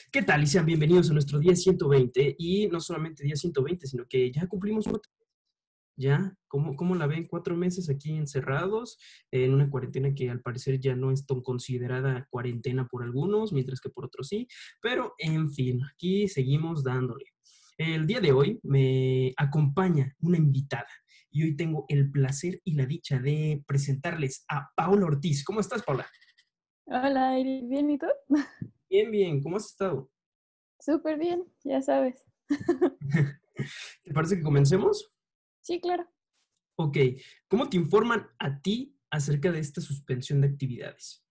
¿Qué tal? Y sean bienvenidos a nuestro día 120. Y no solamente día 120, sino que ya cumplimos ya, ¿cómo la ven? 4 meses aquí encerrados en una cuarentena que al parecer ya no es tan considerada cuarentena por algunos, mientras que por otros sí. Pero, en fin, aquí seguimos dándole. El día de hoy me acompaña una invitada y hoy tengo el placer y la dicha de presentarles a Paula Ortiz. ¿Cómo estás, Paula? Hola, Iri, ¿bien y tú? Bien, bien. ¿Cómo has estado? Súper bien, ya sabes. ¿Te parece que comencemos? Sí, claro. Ok, ¿cómo te informan a ti acerca de esta suspensión de actividades?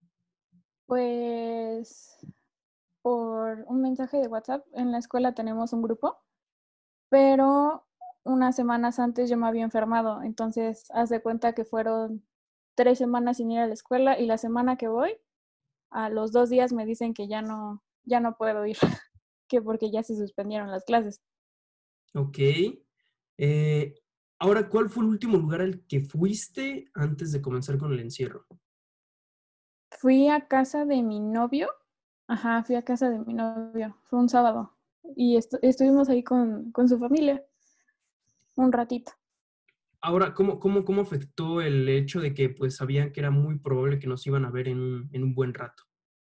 Pues por un mensaje de WhatsApp, en la escuela tenemos un grupo, pero unas semanas antes yo me había enfermado, entonces haz de cuenta que fueron 3 semanas sin ir a la escuela y la semana que voy, a los 2 días me dicen que ya no puedo ir, que porque ya se suspendieron las clases. Ok. eh, ahora, ¿cuál fue el último lugar al que fuiste antes de comenzar con el encierro? Fui a casa de mi novio. Ajá, fui a casa de mi novio. Fue un sábado. Y estuvimos ahí con su familia un ratito. Ahora, ¿cómo afectó el hecho de que pues sabían que era muy probable que nos iban a ver en un buen rato?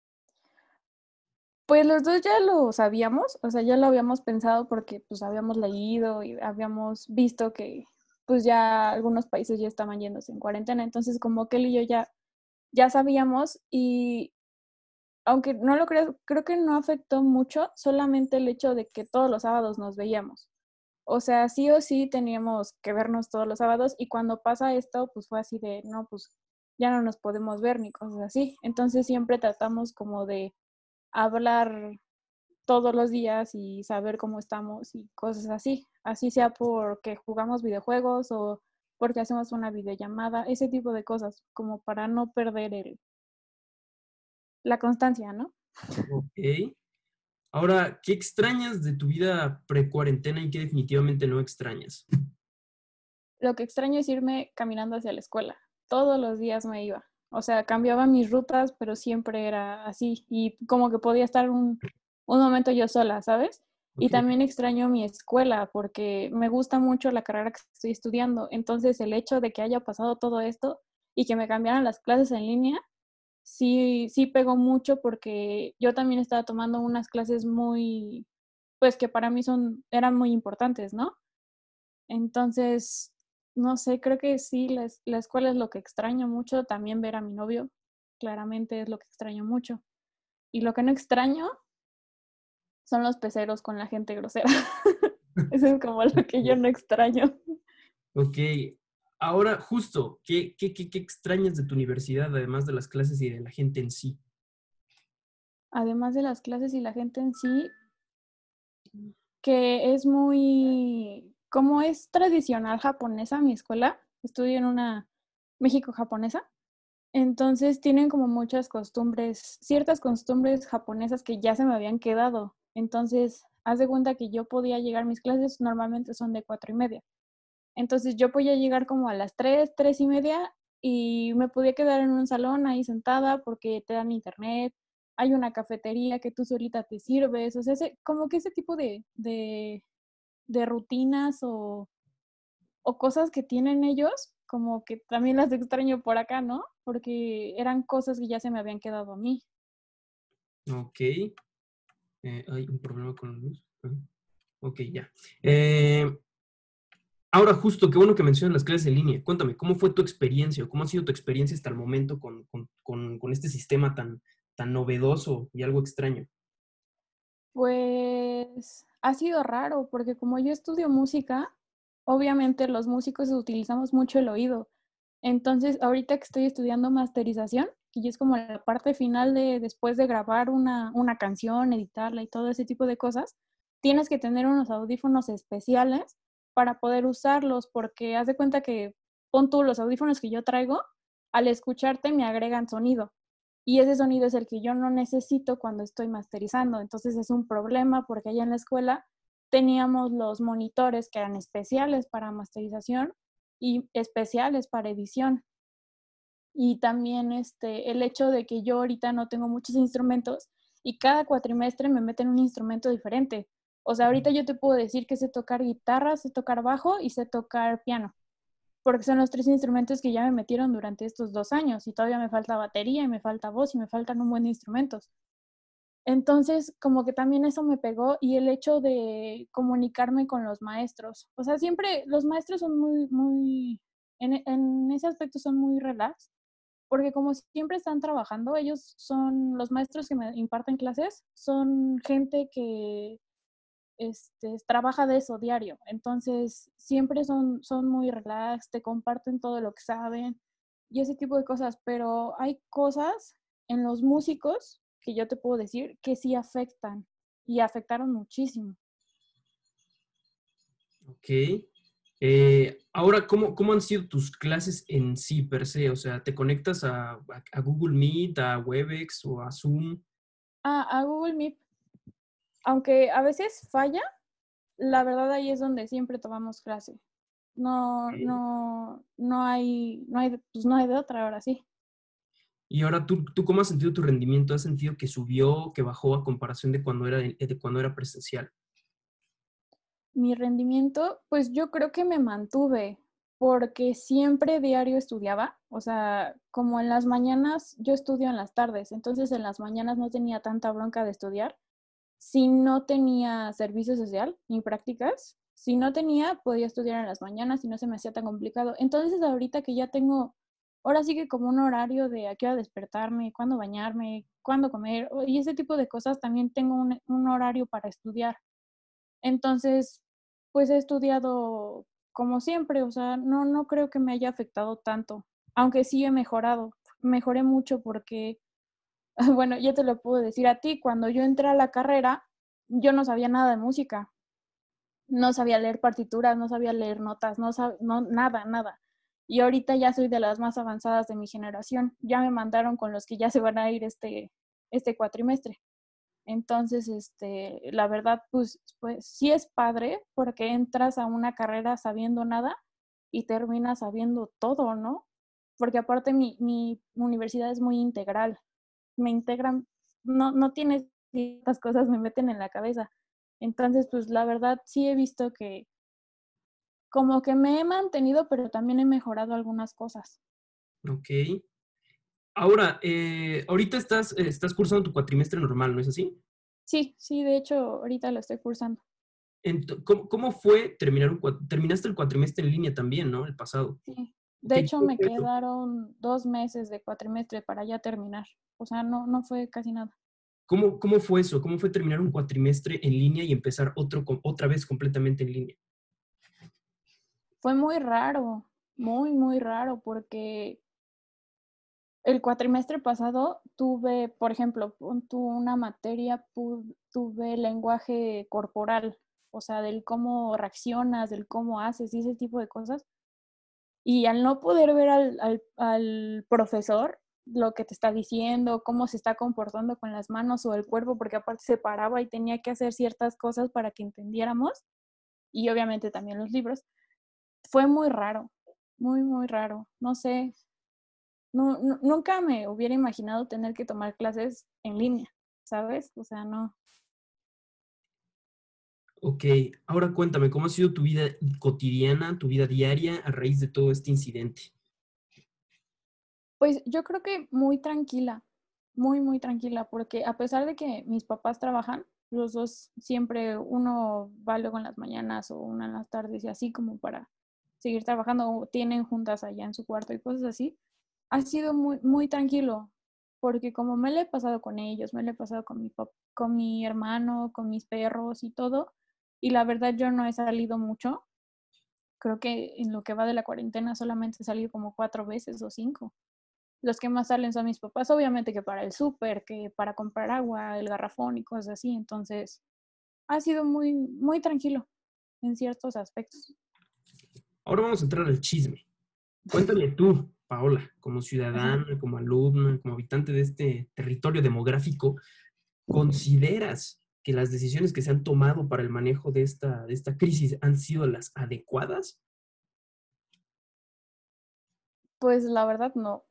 Pues los dos ya lo sabíamos, o sea, ya lo habíamos pensado porque pues habíamos leído y habíamos visto que pues ya algunos países ya estaban yéndose en cuarentena. Entonces como que él y yo ya sabíamos y aunque no lo creo, creo que no afectó mucho, solamente el hecho de que todos los sábados nos veíamos. O sea, sí o sí teníamos que vernos todos los sábados y cuando pasa esto, pues fue así de, no, pues ya no nos podemos ver ni cosas así. Entonces siempre tratamos como de hablar todos los días y saber cómo estamos y cosas así. Así sea porque jugamos videojuegos o porque hacemos una videollamada, ese tipo de cosas, como para no perder la constancia, ¿no? Ok. Ahora, ¿qué extrañas de tu vida pre-cuarentena y qué definitivamente no extrañas? Lo que extraño es irme caminando hacia la escuela. Todos los días me iba. O sea, cambiaba mis rutas, pero siempre era así. Y como que podía estar un momento yo sola, ¿sabes? Y Ok. también extraño mi escuela porque me gusta mucho la carrera que estoy estudiando. Entonces, el hecho de que haya pasado todo esto y que me cambiaran las clases en línea, sí, sí pegó mucho porque yo también estaba tomando unas clases muy, pues que para mí eran muy importantes, ¿no? Entonces, no sé, creo que sí, la escuela es lo que extraño mucho, también ver a mi novio, claramente es lo que extraño mucho. Y lo que no extraño son los peceros con la gente grosera. Eso es como lo que yo no extraño. Ok, ahora justo, ¿qué extrañas de tu universidad, además de las clases y de la gente en sí? Además de las clases y la gente en sí, que es muy, como es tradicional japonesa mi escuela, estudio en una México japonesa. Entonces tienen como muchas costumbres, ciertas costumbres japonesas que ya se me habían quedado. Entonces, haz de cuenta que yo podía llegar, mis clases normalmente son de 4:30. Entonces yo podía llegar como a las 3, 3:30 y me podía quedar en un salón ahí sentada porque te dan internet, hay una cafetería que tú solita te sirves, o sea, como que ese tipo de rutinas o cosas que tienen ellos, como que también las extraño por acá, ¿no? Porque eran cosas que ya se me habían quedado a mí. Ok, hay un problema con la luz. Ok, ya. Eh, ahora, justo, qué bueno que mencionas las clases en línea. Cuéntame, ¿cómo fue tu experiencia o cómo ha sido tu experiencia hasta el momento con este sistema tan novedoso y algo extraño? Pues ha sido raro, porque como yo estudio música, obviamente los músicos utilizamos mucho el oído. Entonces, ahorita que estoy estudiando masterización, que ya es como la parte final de después de grabar una canción, editarla y todo ese tipo de cosas, tienes que tener unos audífonos especiales para poder usarlos, porque haz de cuenta que pon tú los audífonos que yo traigo, al escucharte me agregan sonido. Y ese sonido es el que yo no necesito cuando estoy masterizando. Entonces es un problema porque allá en la escuela teníamos los monitores que eran especiales para masterización y especiales para edición. Y también el hecho de que yo ahorita no tengo muchos instrumentos, y cada cuatrimestre me meten un instrumento diferente. O sea, ahorita yo te puedo decir que sé tocar guitarra, sé tocar bajo y sé tocar piano, porque son los 3 instrumentos que ya me metieron durante estos 2 años y todavía me falta batería y me falta voz y me faltan un buen de instrumentos. Entonces, como que también eso me pegó y el hecho de comunicarme con los maestros. O sea, siempre los maestros son en ese aspecto son muy relax, porque como siempre están trabajando, ellos son, los maestros que me imparten clases, son gente que trabaja de eso diario. Entonces, siempre son muy relax, te comparten todo lo que saben y ese tipo de cosas, pero hay cosas en los músicos que yo te puedo decir que sí afectan y afectaron muchísimo. Ok. Ahora, ¿cómo han sido tus clases en sí, per se? O sea, ¿te conectas a Google Meet, a Webex o a Zoom? A Google Meet, aunque a veces falla, la verdad ahí es donde siempre tomamos clase. No, Ok. no, no hay de otra, ahora sí. Y ahora, ¿tú cómo has sentido tu rendimiento? ¿Has sentido que subió, que bajó a comparación de cuando era presencial? Mi rendimiento, pues yo creo que me mantuve, porque siempre diario estudiaba, o sea, como en las mañanas, yo estudio en las tardes, entonces en las mañanas no tenía tanta bronca de estudiar. Si no tenía servicio social ni prácticas, si no tenía, podía estudiar en las mañanas y no se me hacía tan complicado. Entonces ahorita que ya tengo, ahora sí que como un horario de a qué hora despertarme, cuándo bañarme, cuándo comer, y ese tipo de cosas, también tengo un horario para estudiar. Entonces, pues he estudiado como siempre, o sea, no creo que me haya afectado tanto, aunque sí he mejorado. Mejoré mucho porque, bueno, ya te lo puedo decir a ti, cuando yo entré a la carrera, yo no sabía nada de música, no sabía leer partituras, no sabía leer notas, no, nada, nada. Y ahorita ya soy de las más avanzadas de mi generación. Ya me mandaron con los que ya se van a ir este cuatrimestre. Entonces, la verdad, pues sí es padre porque entras a una carrera sabiendo nada y terminas sabiendo todo, ¿no? Porque aparte mi universidad es muy integral. Me integran, no tienes ciertas cosas, me meten en la cabeza. Entonces, pues la verdad sí he visto que como que me he mantenido, pero también he mejorado algunas cosas. Ok. Ahora, ahorita estás cursando tu cuatrimestre normal, ¿no es así? Sí, sí, de hecho, ahorita lo estoy cursando. ¿Cómo fue terminaste el cuatrimestre en línea también, ¿no? El pasado. Sí, de Ok, hecho ¿cómo me fue eso? quedaron 2 meses de cuatrimestre para ya terminar. O sea, no fue casi nada. ¿Cómo fue eso? ¿Cómo fue terminar un cuatrimestre en línea y empezar otra vez completamente en línea? Fue muy raro, muy raro, porque el cuatrimestre pasado tuve, por ejemplo, una materia, tuve lenguaje corporal, o sea, del cómo reaccionas, del cómo haces y ese tipo de cosas. Y al no poder ver al profesor lo que te está diciendo, cómo se está comportando con las manos o el cuerpo, porque aparte se paraba y tenía que hacer ciertas cosas para que entendiéramos, y obviamente también los libros, fue muy raro, muy raro. No sé, nunca me hubiera imaginado tener que tomar clases en línea, ¿sabes? O sea, no. Ok, ahora cuéntame, ¿cómo ha sido tu vida cotidiana, tu vida diaria a raíz de todo este incidente? Pues yo creo que muy tranquila, muy tranquila, porque a pesar de que mis papás trabajan, los dos siempre, uno va luego en las mañanas o una en las tardes y así como para seguir trabajando, o tienen juntas allá en su cuarto y cosas así, ha sido muy tranquilo, porque como me lo he pasado con ellos, me lo he pasado con mi hermano, con mis perros y todo, y la verdad yo no he salido mucho, creo que en lo que va de la cuarentena solamente he salido como 4 veces o 5. Los que más salen son mis papás, obviamente que para el súper, que para comprar agua, el garrafón y cosas así. Entonces, ha sido muy tranquilo en ciertos aspectos. Ahora vamos a entrar al chisme. Cuéntame tú, Paola, como Ajá. ciudadana, como alumna, como habitante de este territorio demográfico, ¿consideras que las decisiones que se han tomado para el manejo de esta crisis han sido las adecuadas? Pues la verdad no.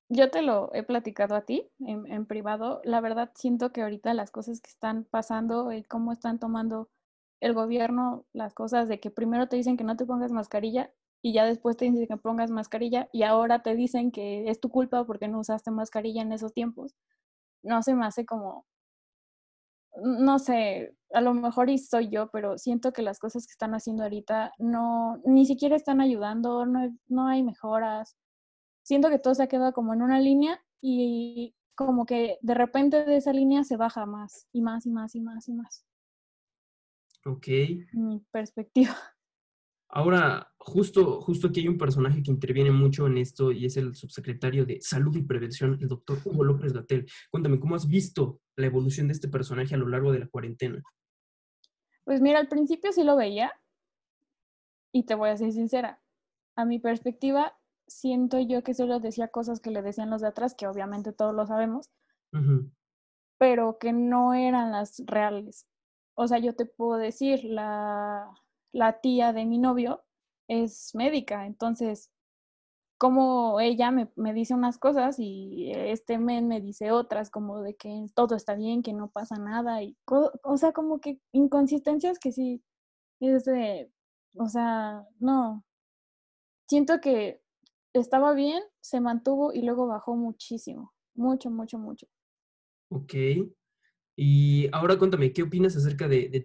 yo te lo he platicado a ti en privado. La verdad, siento que ahorita las cosas que están pasando, cómo están tomando el gobierno las cosas de que primero te dicen que no te pongas mascarilla y ya después te dicen que pongas mascarilla y ahora te dicen que es tu culpa porque no usaste mascarilla en esos tiempos. No se me hace como, no sé, a lo mejor y soy yo, pero siento que las cosas que están haciendo ahorita no, ni siquiera están ayudando, no hay mejoras. Siento que todo se ha quedado como en una línea y como que de repente de esa línea se baja más y más y más y más y más. Ok. Mi perspectiva. Ahora, justo aquí hay un personaje que interviene mucho en esto y es el subsecretario de Salud y Prevención, el doctor Hugo López-Gatell. Cuéntame, ¿cómo has visto la evolución de este personaje a lo largo de la cuarentena? Pues mira, al principio sí lo veía y te voy a ser sincera. A mi perspectiva, siento yo que solo decía cosas que le decían los de atrás, que obviamente todos lo sabemos, Ujú. pero que no eran las reales. O sea, yo te puedo decir, la tía de mi novio es médica, entonces como ella me dice unas cosas y este men me dice otras, como de que todo está bien, que no pasa nada, y o sea, como que inconsistencias que sí, es de, o sea, no, siento que estaba bien, se mantuvo y luego bajó muchísimo, mucho, mucho, mucho. Ok. Y ahora cuéntame, ¿qué opinas acerca de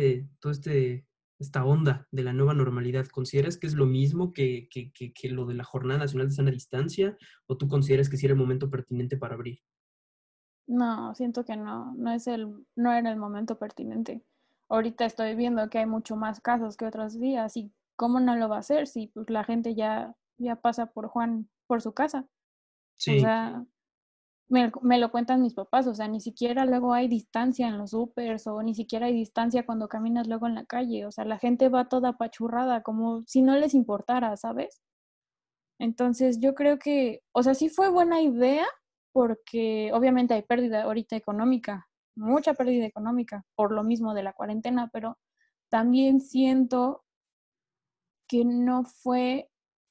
esta onda de la nueva normalidad? ¿Consideras que es lo mismo que lo de la Jornada Nacional de Sana Distancia? ¿O tú consideras que sí era el momento pertinente para abrir? No, siento que no era el momento pertinente. Ahorita estoy viendo que hay mucho más casos que otros días y cómo no lo va a hacer si pues, la gente ya pasa por Juan por su casa. O Sí. sea, me lo cuentan mis papás, o sea, ni siquiera luego hay distancia en los supers o ni siquiera hay distancia cuando caminas luego en la calle. O sea, la gente va toda apachurrada, como si no les importara, ¿sabes? Entonces, yo creo que, o sea, sí fue buena idea porque obviamente hay pérdida ahorita económica, mucha pérdida económica por lo mismo de la cuarentena, pero también siento que no fue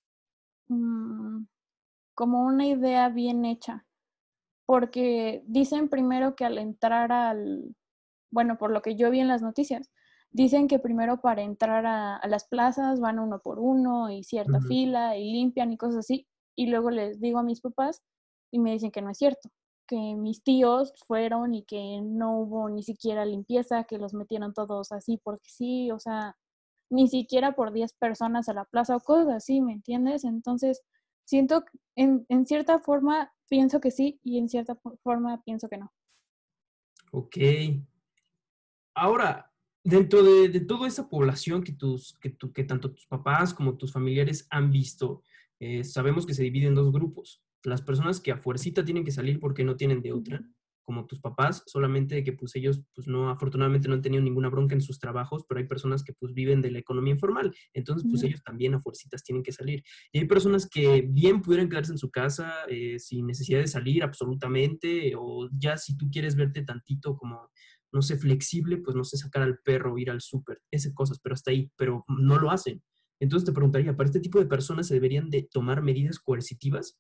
mm, como una idea bien hecha, porque dicen primero que al entrar bueno, por lo que yo vi en las noticias, dicen que primero para entrar a las plazas van uno por uno y cierta Ujú. fila y limpian y cosas así. Y luego les digo a mis papás y me dicen que no es cierto, que mis tíos fueron y que no hubo ni siquiera limpieza, que los metieron todos así porque sí, o sea, ni siquiera por 10 personas a la plaza o cosas así, ¿me entiendes? Entonces, siento que en cierta forma pienso que sí y en cierta forma pienso que no. Ok. Ahora, dentro de toda esa población que tanto tus papás como tus familiares han visto, sabemos que se divide en dos grupos. Las personas que a fuercita tienen que salir porque no tienen de otra, Ujú. como tus papás, solamente que pues ellos pues no, afortunadamente no han tenido ninguna bronca en sus trabajos, pero hay personas que pues viven de la economía informal, entonces pues Ujú. ellos también a fuercitas tienen que salir. Y hay personas que bien pudieran quedarse en su casa sin necesidad de salir absolutamente, o ya si tú quieres verte tantito como no sé, flexible, pues no sé, sacar al perro, ir al súper, esas cosas, pero hasta ahí, pero no lo hacen. Entonces te preguntaría, ¿para este tipo de personas se deberían de tomar medidas coercitivas?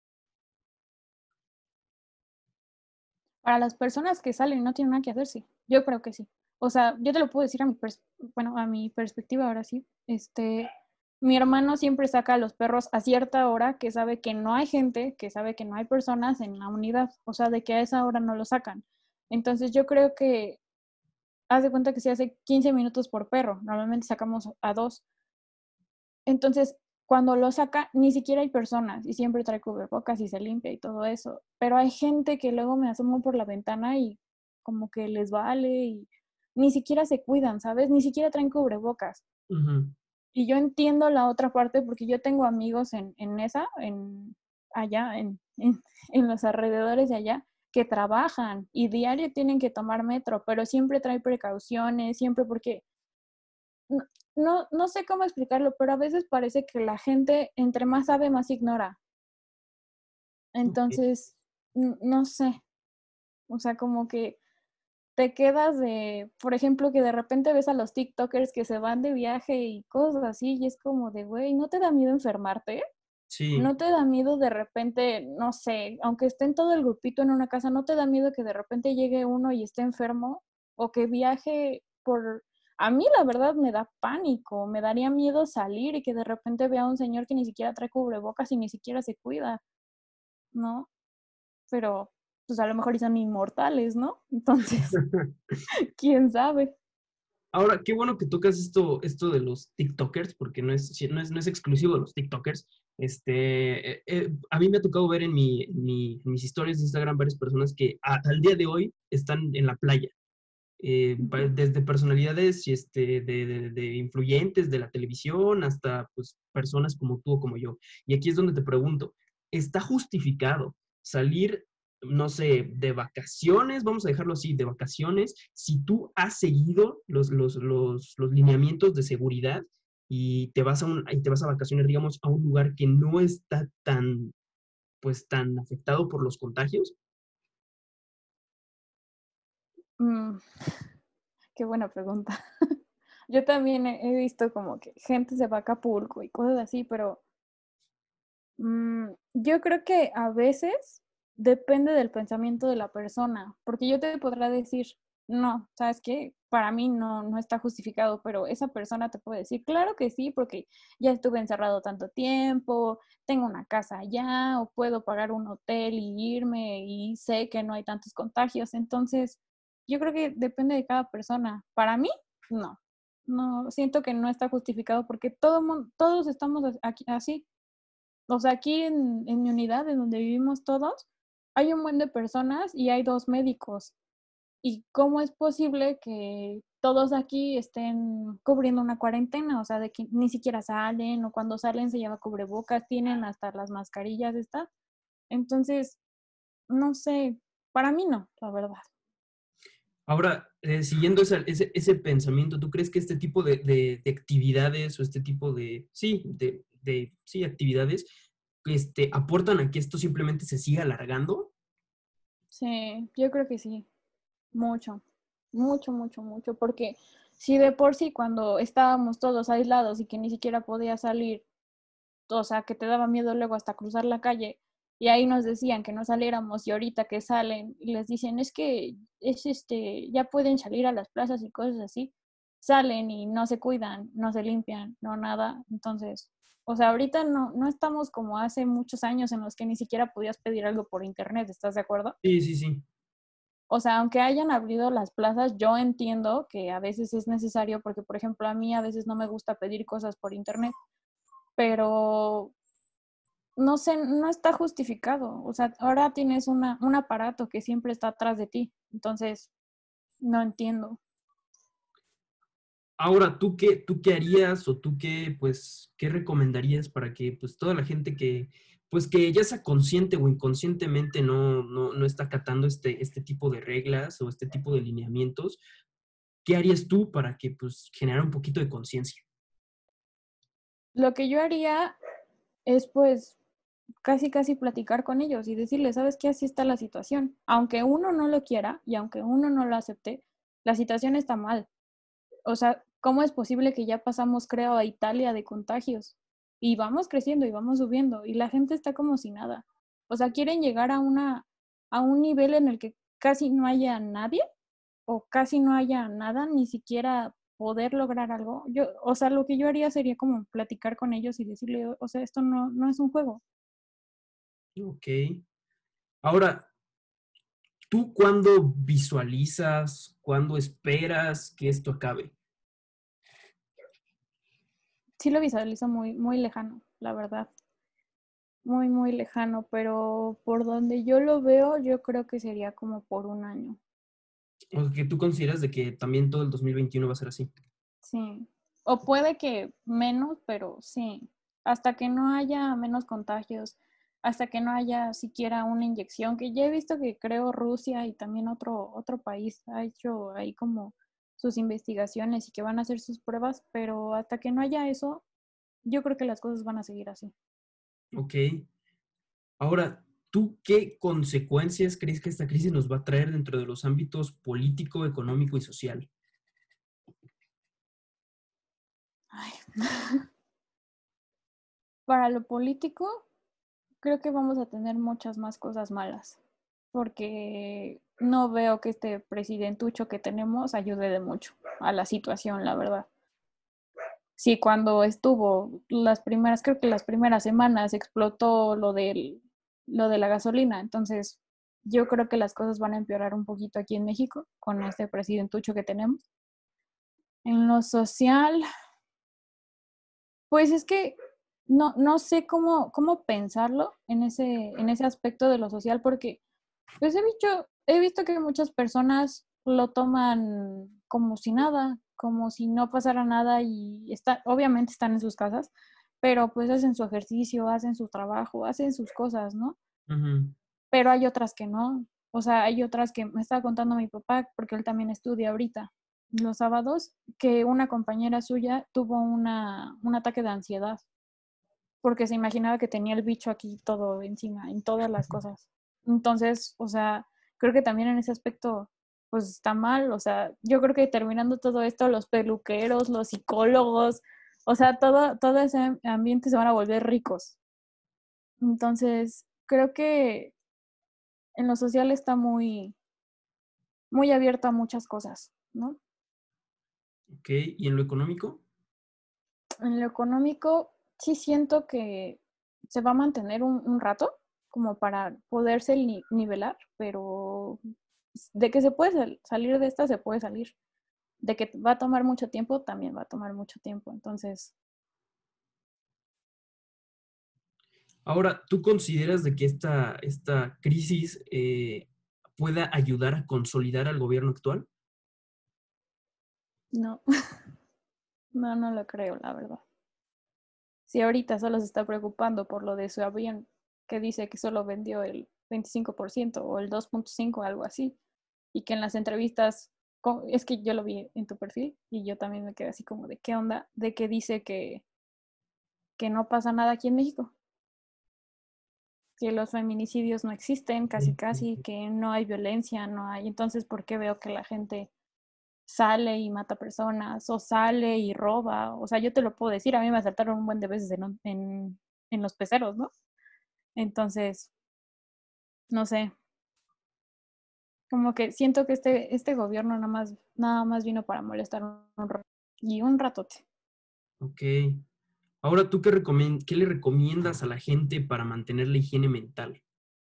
Para las personas que salen y no tienen nada que hacer, sí. Yo creo que sí. O sea, yo te lo puedo decir bueno, a mi perspectiva ahora sí. Mi hermano siempre saca a los perros a cierta hora que sabe que no hay gente, que sabe que no hay personas en la unidad. O sea, de que a esa hora no lo sacan. Entonces yo creo que, haz de cuenta que se hace 15 minutos por perro. Normalmente sacamos a dos. Entonces, cuando lo saca, ni siquiera hay personas y siempre trae cubrebocas y se limpia y todo eso. Pero hay gente que luego me asomo por la ventana y como que les vale y ni siquiera se cuidan, ¿sabes? Ni siquiera traen cubrebocas. Ujú. Y yo entiendo la otra parte porque yo tengo amigos allá, en los alrededores de allá, que trabajan y diario tienen que tomar metro, pero siempre trae precauciones, siempre porque no, no sé cómo explicarlo, pero a veces parece que la gente entre más sabe, más ignora. Ok. Entonces, no sé, o sea, como que te quedas por ejemplo, que de repente ves a los TikTokers que se van de viaje y cosas así, y es como de, güey, ¿no te da miedo enfermarte? Sí. ¿No te da miedo de repente, no sé, aunque estén todo el grupito en una casa, no te da miedo que de repente llegue uno y esté enfermo? O que viaje por... A mí la verdad me da pánico, me daría miedo salir y que de repente vea a un señor que ni siquiera trae cubrebocas y ni siquiera se cuida, ¿no? Pero pues a lo mejor son inmortales, ¿no? Entonces, quién sabe. Ahora, qué bueno que tocas esto de los TikTokers, porque no es exclusivo de los TikTokers. A mí me ha tocado ver en mis historias de Instagram varias personas que al día de hoy están en la playa. Desde personalidades de influyentes de la televisión hasta pues, personas como tú o como yo. Y aquí es donde te pregunto, ¿está justificado salir, no sé, de vacaciones, vamos a dejarlo así, de vacaciones, si tú has seguido los lineamientos de seguridad y te vas a vacaciones, digamos, a un lugar que no está tan, pues, tan afectado por los contagios? Mm, qué buena pregunta. Yo también he visto como que gente se va a Acapulco y cosas así, pero yo creo que a veces depende del pensamiento de la persona, porque yo te podrá decir, no, ¿sabes qué? Para mí no está justificado, pero esa persona te puede decir, claro que sí, porque ya estuve encerrado tanto tiempo, tengo una casa allá, o puedo pagar un hotel y irme y sé que no hay tantos contagios. Entonces, yo creo que depende de cada persona. Para mí, no. No, siento que no está justificado porque todos estamos aquí, así. O sea, aquí en mi unidad, en donde vivimos todos, hay un buen de personas y hay 2 médicos. ¿Y cómo es posible que todos aquí estén cubriendo una cuarentena? O sea, de que ni siquiera salen, o cuando salen se lleva cubrebocas, tienen hasta las mascarillas estas. Entonces, no sé, para mí no, la verdad. Ahora, siguiendo ese pensamiento, ¿tú crees que este tipo de actividades o este tipo sí, actividades, aportan a que esto simplemente se siga alargando? Sí, yo creo que sí, mucho, mucho, mucho, mucho, porque si de por sí cuando estábamos todos aislados y que ni siquiera podía salir, o sea, que te daba miedo luego hasta cruzar la calle, y ahí nos decían que no saliéramos, y ahorita que salen y les dicen, es que ya pueden salir a las plazas y cosas así, salen y no se cuidan, no se limpian, no nada. Entonces, o sea, ahorita no estamos como hace muchos años en los que ni siquiera podías pedir algo por internet, ¿estás de acuerdo? Sí, sí, sí. O sea, aunque hayan abrido las plazas, yo entiendo que a veces es necesario porque, por ejemplo, a mí a veces no me gusta pedir cosas por internet, pero no sé, no está justificado. O sea, ahora tienes un aparato que siempre está atrás de ti. Entonces, no entiendo. Ahora, ¿tú qué harías o qué recomendarías para que, pues, toda la gente pues, que ya sea consciente o inconscientemente no está acatando este tipo de reglas o este tipo de lineamientos? ¿Qué harías tú para que, pues, generara un poquito de conciencia? Lo que yo haría es pues casi casi platicar con ellos y decirles, ¿sabes qué? Así está la situación. Aunque uno no lo quiera y aunque uno no lo acepte, la situación está mal. O sea, ¿cómo es posible que ya pasamos, creo, a Italia de contagios? Y vamos creciendo y vamos subiendo y la gente está como si nada. O sea, quieren llegar a un nivel en el que casi no haya nadie o casi no haya nada, ni siquiera poder lograr algo. O sea, lo que yo haría sería como platicar con ellos y decirle, o sea, esto no es un juego. Ok. Ahora, ¿tú cuándo visualizas, cuándo esperas que esto acabe? Sí lo visualizo muy, muy lejano, la verdad. Muy, muy lejano, pero por donde yo lo veo, yo creo que sería como por un año. O que tú consideras de que también todo el 2021 va a ser así. Sí. O puede que menos, pero sí. Hasta que no haya menos contagios, hasta que no haya siquiera una inyección, que ya he visto que creo Rusia y también otro país ha hecho ahí como sus investigaciones y que van a hacer sus pruebas, pero hasta que no haya eso, yo creo que las cosas van a seguir así. Ok. Ahora, ¿tú qué consecuencias crees que esta crisis nos va a traer dentro de los ámbitos político, económico y social? Ay. Para lo político, creo que vamos a tener muchas más cosas malas, porque no veo que este presidentucho que tenemos ayude de mucho a la situación, la verdad. Sí, cuando estuvo las primeras, creo que las primeras semanas explotó lo de la gasolina, entonces yo creo que las cosas van a empeorar un poquito aquí en México con este presidentucho que tenemos. En lo social, pues es que no sé cómo pensarlo en ese aspecto de lo social, porque pues he visto que muchas personas lo toman como si nada, como si no pasara nada y obviamente están en sus casas, pero pues hacen su ejercicio, hacen su trabajo, hacen sus cosas, ¿no? Ujú. Pero hay otras que no. O sea, hay otras que me estaba contando mi papá, porque él también estudia ahorita, los sábados, que una compañera suya tuvo un ataque de ansiedad, porque se imaginaba que tenía el bicho aquí todo encima, en todas las cosas. Entonces, o sea, creo que también en ese aspecto, pues está mal. O sea, yo creo que terminando todo esto, los peluqueros, los psicólogos, o sea, todo ese ambiente se van a volver ricos. Entonces, creo que en lo social está muy abierto a muchas cosas, ¿no? Ok, ¿y en lo económico? En lo económico, sí siento que se va a mantener un rato como para poderse nivelar, pero de que se puede salir de esta, se puede salir. De que va a tomar mucho tiempo, también va a tomar mucho tiempo. Entonces, Ahora, ¿tú consideras de que esta crisis pueda ayudar a consolidar al gobierno actual? no, no lo creo, la verdad. Si ahorita solo se está preocupando por lo de su avión, que dice que solo vendió el 25% o el 2.5%, algo así, y que en las entrevistas, es que yo lo vi en tu perfil y yo también me quedé así como de qué onda, de que dice que no pasa nada aquí en México, que los feminicidios no existen, casi Sí. casi, que no hay violencia, no hay. Entonces, ¿por qué veo que la gente sale y mata personas o sale y roba? O sea, yo te lo puedo decir, a mí me asaltaron un buen de veces en los peceros, ¿no? Entonces, no sé, como que siento que este gobierno nada más vino para molestar un rato y un ratote. Ok. Ahora, ¿tú qué le recomiendas a la gente para mantener la higiene mental?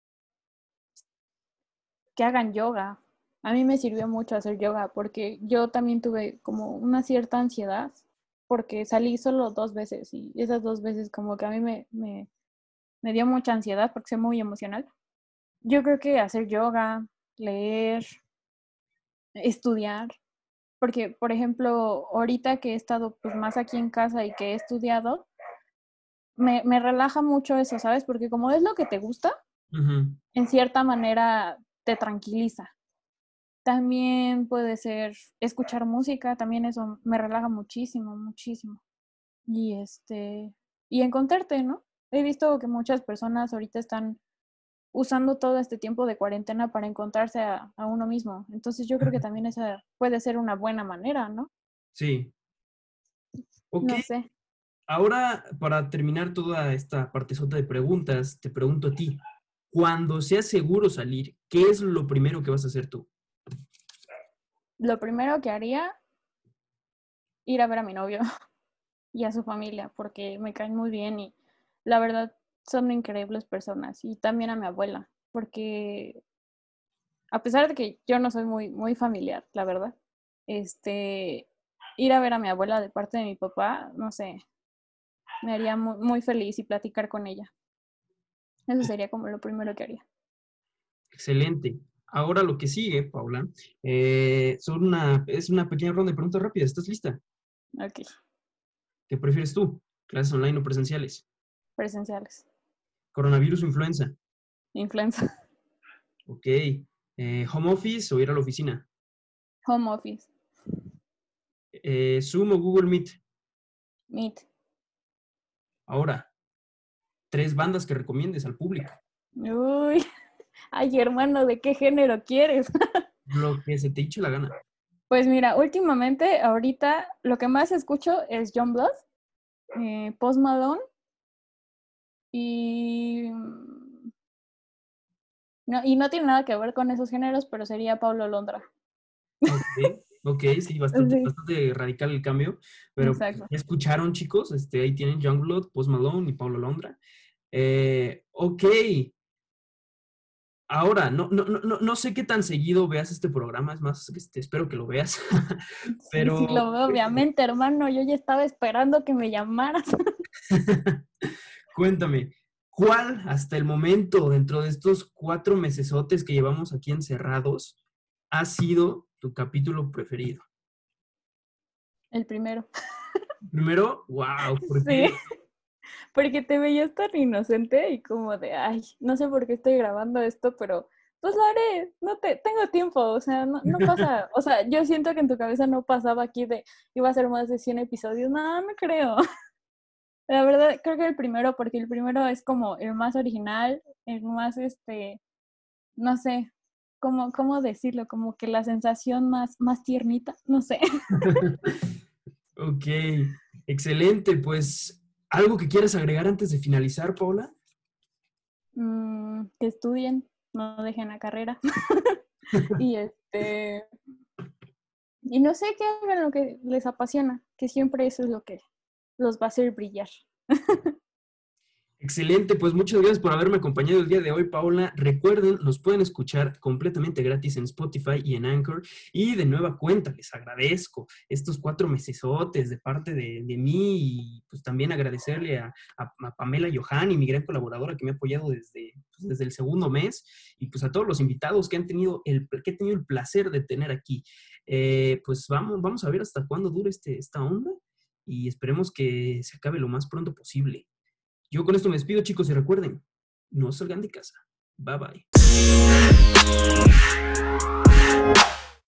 Que hagan yoga. A mí me sirvió mucho hacer yoga porque yo también tuve como una cierta ansiedad porque salí solo 2 veces y esas 2 veces como que a mí me dio mucha ansiedad porque soy muy emocional. Yo creo que hacer yoga, leer, estudiar, porque por ejemplo, ahorita que he estado pues más aquí en casa y que he estudiado, me relaja mucho eso, ¿sabes? Porque como es lo que te gusta, Ujú. en cierta manera te tranquiliza. También puede ser escuchar música, también eso me relaja muchísimo, muchísimo. Y y encontrarte, ¿no? He visto que muchas personas ahorita están usando todo este tiempo de cuarentena para encontrarse a uno mismo. Entonces yo creo que también esa puede ser una buena manera, ¿no? Sí. Ok. No sé. Ahora, para terminar toda esta partezota de preguntas, te pregunto a ti, cuando sea seguro salir, ¿qué es lo primero que vas a hacer tú? Lo primero que haría, ir a ver a mi novio y a su familia, porque me caen muy bien y la verdad son increíbles personas. Y también a mi abuela, porque a pesar de que yo no soy muy familiar, la verdad, este, ir a ver a mi abuela de parte de mi papá, no sé, me haría muy feliz y platicar con ella. Eso sería como lo primero que haría. Excelente. Ahora lo que sigue, Paula, es una pequeña ronda de preguntas rápidas. ¿Estás lista? Ok, ¿Qué prefieres tú? ¿Clases online o presenciales? presenciales. ¿Coronavirus o influenza? Influenza. Ok. ¿Home office o ir a la oficina? Home office. ¿Zoom o Google Meet? Meet. Ahora, tres bandas que recomiendes al público. Uy, ay hermano, ¿de qué género quieres? Lo que se te eche la gana. Pues mira, últimamente, ahorita, lo que más escucho es John Blood, Post Malone Y no, y no tiene nada que ver con esos géneros, pero sería Paulo Londra. Ok, ok, sí, bastante, Sí, bastante radical el cambio, pero exacto. ya escucharon, chicos, ahí tienen Youngblood, Post Malone y Paulo Londra. Ok, ahora, no sé qué tan seguido veas este programa, es más, espero que lo veas, Sí, sí, pero lo veo, obviamente, hermano. Yo ya estaba esperando que me llamaras. cuéntame, ¿cuál hasta el momento, dentro de estos 4 mesesotes que llevamos aquí encerrados, ha sido tu capítulo preferido? El primero. Primero, wow, ¿por Sí, qué? porque te veías tan inocente y como de, ay, no sé por qué estoy grabando esto, pero pues lo haré, tengo tiempo, o sea, no pasa, o sea, yo siento que en tu cabeza no pasaba aquí de, iba a ser más de 100 episodios, no creo. La verdad, creo que el primero, porque el primero es como el más original, el más, no sé, cómo decirlo, como que la sensación más tiernita, no sé. Ok, excelente. Pues, ¿algo que quieras agregar antes de finalizar, Paula? Que estudien, no dejen la carrera. Y y no sé, que hagan lo que les apasiona, que siempre eso es lo que los va a hacer brillar. Excelente, pues muchas gracias por haberme acompañado el día de hoy, Paula. Recuerden, nos pueden escuchar completamente gratis en Spotify y en Anchor. Y de nueva cuenta, les agradezco estos 4 mesesotes de parte de mí y pues también agradecerle a Pamela Johanny, mi gran colaboradora que me ha apoyado desde el segundo mes y pues a todos los invitados que que he tenido el placer de tener aquí. Pues vamos a ver hasta cuándo dure esta onda y esperemos que se acabe lo más pronto posible. Yo con esto me despido, chicos, y recuerden, no salgan de casa. Bye bye.